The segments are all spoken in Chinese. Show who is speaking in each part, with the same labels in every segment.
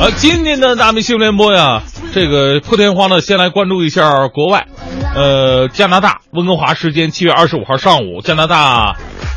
Speaker 1: 今天的大明新闻联播呀，这个破天荒的先来关注一下国外。加拿大温哥华时间7月25号上午，加拿大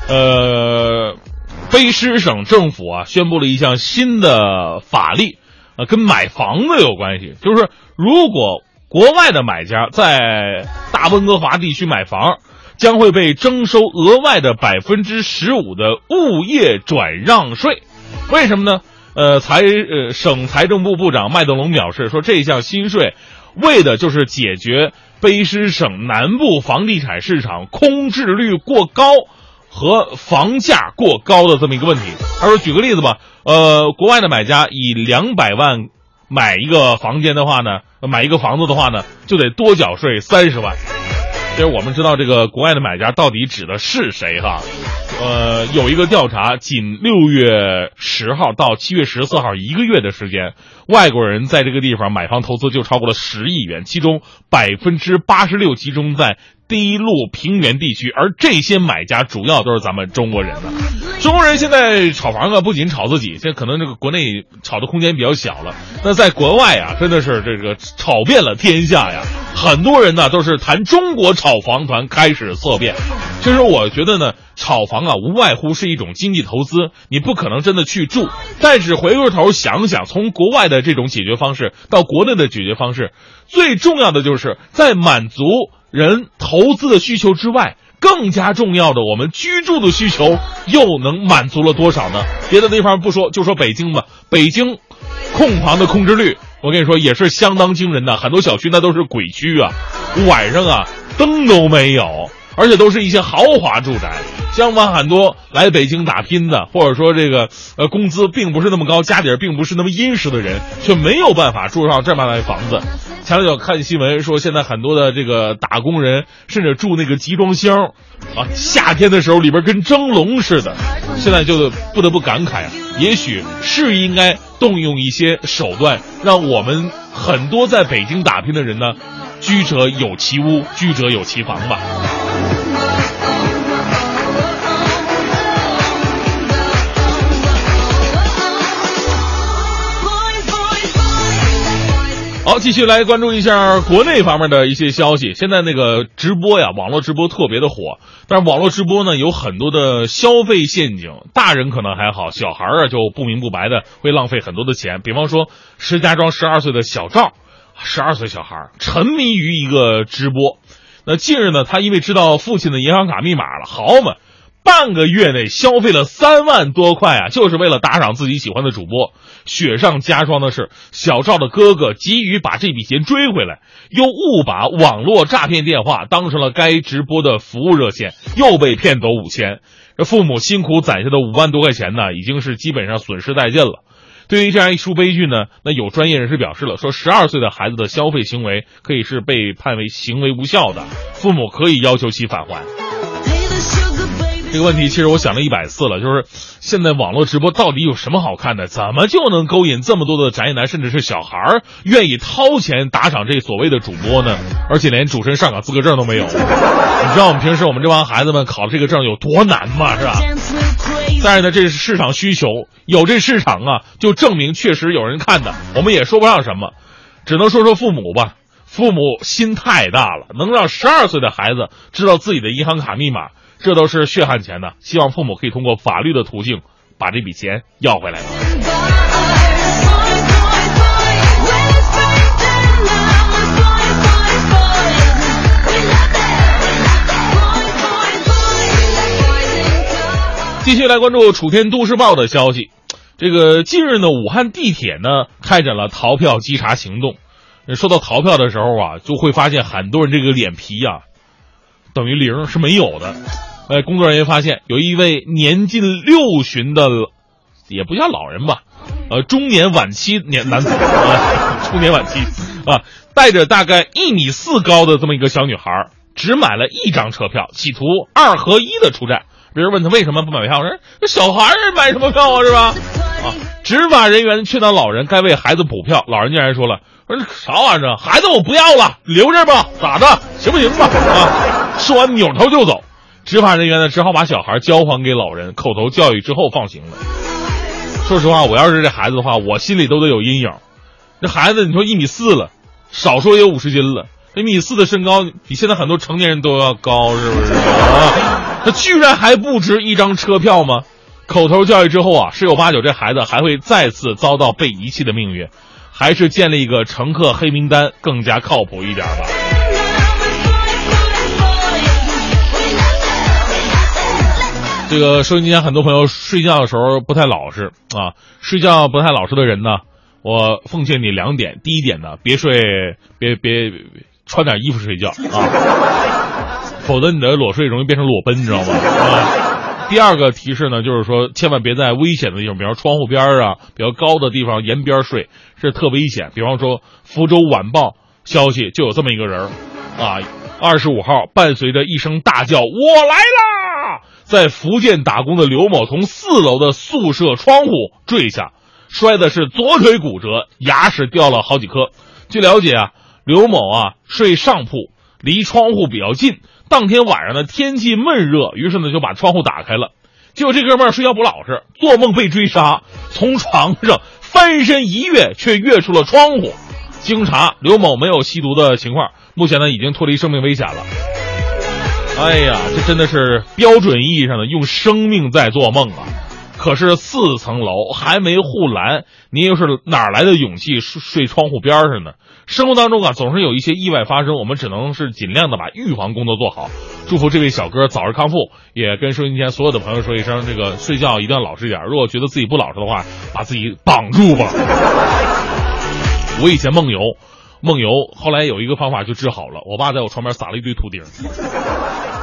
Speaker 1: 卑诗省政府啊宣布了一项新的法律，跟买房子有关系，就是如果国外的买家在大温哥华地区买房，将会被征收额外的15%的物业转让税。为什么呢？省财政部部长麦德龙表示说，这项新税为的就是解决卑诗省南部房地产市场空置率过高和房价过高的这么一个问题。他说，举个例子吧，国外的买家以200万买一个房子的话呢，就得多缴税30万。其实我们知道这个国外的买家到底指的是谁哈？有一个调查，仅6月10号到7月14号1个月的时间，外国人在这个地方买房投资就超过了10亿元，其中86%集中在低陆平原地区，而这些买家主要都是咱们中国人呢。中国人现在炒房啊，不仅炒自己，现在可能这个国内炒的空间比较小了，那在国外啊，真的是这个炒遍了天下呀。很多人呢都是谈中国炒房团开始色变。其实我觉得呢，炒房啊无外乎是一种经济投资，你不可能真的去住。但是回过头想想，从国外的这种解决方式到国内的解决方式，最重要的就是在满足人投资的需求之外，更加重要的，我们居住的需求又能满足了多少呢？别的地方不说，就说北京吧，北京空房的空置率，我跟你说也是相当惊人的，很多小区那都是鬼区啊，晚上啊灯都没有，而且都是一些豪华住宅。相反，很多来北京打拼的，或者说这个工资并不是那么高，家底并不是那么殷实的人，却没有办法住上这么大的房子。前两天看新闻说，现在很多的这个打工人甚至住那个集装箱啊，夏天的时候里边跟蒸笼似的。现在就不得不感慨啊，也许是应该动用一些手段，让我们很多在北京打拼的人呢，居者有其屋，居者有其房吧。好，继续来关注一下国内方面的一些消息。现在那个直播呀，网络直播特别的火，但是网络直播呢有很多的消费陷阱，大人可能还好，小孩啊就不明不白的会浪费很多的钱。比方说石家庄12岁的小赵，12岁小孩沉迷于一个直播。那近日呢，他因为知道父亲的银行卡密码了，好嘛，半个月内消费了3万多块啊，就是为了打赏自己喜欢的主播。雪上加霜的是，小赵的哥哥急于把这笔钱追回来，又误把网络诈骗电话当成了该直播的服务热线，又被骗走5000。这父母辛苦攒下的5万多块钱呢，已经是基本上损失殆尽了。对于这样一出悲剧呢，那有专业人士表示了，说12岁的孩子的消费行为可以是被判为行为无效的，父母可以要求其返还。这个问题其实我想了100次了，就是现在网络直播到底有什么好看的？怎么就能勾引这么多的宅男甚至是小孩愿意掏钱打赏这所谓的主播呢？而且连主持人上岗资格证都没有。你知道我们平时我们这帮孩子们考这个证有多难吗？是吧？但是呢，这是市场需求，有这市场啊，就证明确实有人看的。我们也说不上什么，只能说说父母吧。父母心太大了，能让12岁的孩子知道自己的银行卡密码，这都是血汗钱呢。希望父母可以通过法律的途径把这笔钱要回来。继续来关注楚天都市报的消息。这个近日呢，武汉地铁呢开展了逃票稽查行动。说到逃票的时候啊，就会发现很多人这个脸皮啊等于0是没有的。工作人员发现有一位年近60的，也不叫老人吧，中年晚期男子，中年晚期啊，带着大概1.4米高的这么一个小女孩，只买了1张车票，企图2合1的出站。别人问他为什么不买票，说这小孩买什么票啊，是吧？啊，执法人员劝导老人该为孩子补票，老人竟然说了，说啥玩意儿，孩子我不要了，留着吧，咋的，行不行吧？啊，说完扭头就走。执法人员呢只好把小孩交还给老人，口头教育之后放行了。 说实话，我要是这孩子的话，我心里都得有阴影。这孩子，你说1.4米了，少说也有50斤了。1.4米的身高，比现在很多成年人都要高，是不是啊？他居然还不值一张车票吗？口头教育之后啊，十有八九这孩子还会再次遭到被遗弃的命运，还是建立一个乘客黑名单更加靠谱一点吧。这个收音机前很多朋友睡觉的时候不太老实啊，睡觉不太老实的人呢，我奉劝你2点。第一点呢，别穿点衣服睡觉啊，否则你的裸睡容易变成裸奔，你知道吗？第二个提示呢，就是说千万别在危险的地方，比方窗户边啊，比较高的地方沿边睡，是特危险。比方说福州晚报消息就有这么一个人啊，25号伴随着一声大叫我来啦，在福建打工的刘某从4楼的宿舍窗户坠下，摔的是左腿骨折，牙齿掉了好几颗。据了解啊，刘某啊睡上铺，离窗户比较近，当天晚上呢天气闷热，于是呢就把窗户打开了。结果这哥们儿睡觉不老实，做梦被追杀，从床上翻身一跃，却跃出了窗户。经查，刘某没有吸毒的情况，目前呢已经脱离生命危险了。哎呀，这真的是标准意义上的用生命在做梦啊！可是4层楼还没护栏，你又是哪来的勇气睡窗户边上呢？生活当中啊，总是有一些意外发生，我们只能是尽量的把预防工作做好。祝福这位小哥早日康复，也跟收音机前所有的朋友说一声，这个睡觉一定要老实一点，如果觉得自己不老实的话，把自己绑住吧。我以前梦游，后来有一个方法就治好了，我爸在我床边撒了一堆土钉。